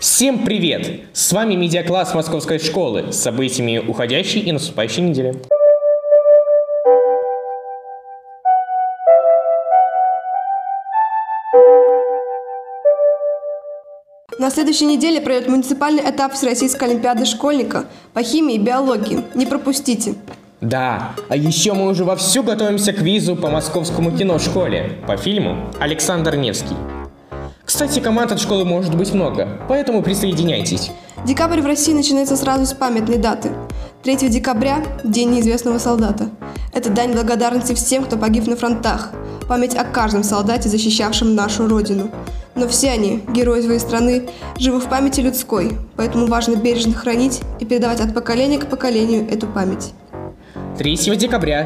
Всем привет! С вами медиакласс Московской школы с событиями уходящей и наступающей недели. На следующей неделе пройдет муниципальный этап Всероссийской олимпиады школьника по химии и биологии. Не пропустите! Да, а еще мы уже вовсю готовимся к квизу по московскому киношколе по фильму «Александр Невский». Кстати, команд от школы может быть много, поэтому присоединяйтесь. Декабрь в России начинается сразу с памятной даты. 3 декабря – День неизвестного солдата. Это дань благодарности всем, кто погиб на фронтах. Память о каждом солдате, защищавшем нашу Родину. Но все они, герои своей страны, живы в памяти людской, поэтому важно бережно хранить и передавать от поколения к поколению эту память. 3 декабря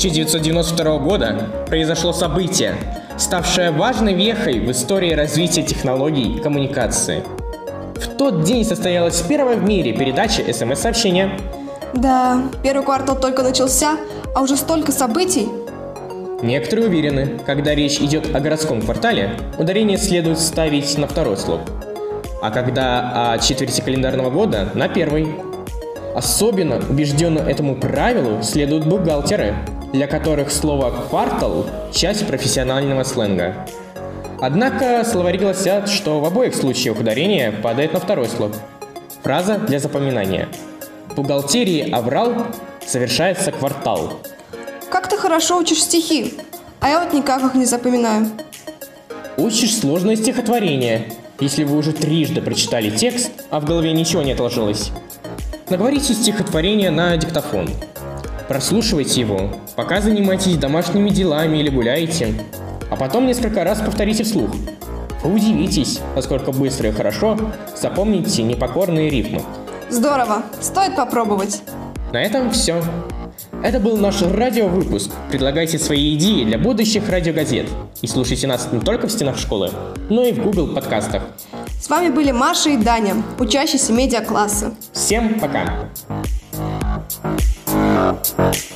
1992 года произошло событие, ставшее важной вехой в истории развития технологий коммуникации. В тот день состоялась первая в мире передача СМС-сообщения. Да, первый квартал только начался, а уже столько событий. Некоторые уверены, когда речь идет о городском квартале, ударение следует ставить на второй слог, а когда о четверти календарного года – на первый. Особенно убежденно этому правилу следуют бухгалтеры, для которых слово «квартал» – часть профессионального сленга. Однако словари гласят, что в обоих случаях ударение падает на второй слог. Фраза для запоминания. В бухгалтерии аврал совершается квартал. Как ты хорошо учишь стихи, а я вот никак их не запоминаю. Учишь сложное стихотворение, если вы уже трижды прочитали текст, а в голове ничего не отложилось. Наговорите стихотворение на диктофон. Прослушивайте его, пока занимаетесь домашними делами или гуляете, а потом несколько раз повторите вслух. Вы удивитесь, насколько быстро и хорошо запомните непокорные рифмы. Здорово, стоит попробовать. На этом все. Это был наш радиовыпуск. Предлагайте свои идеи для будущих радиогазет. И слушайте нас не только в стенах школы, но и в Google подкастах. С вами были Маша и Даня, учащиеся медиакласса. Всем пока!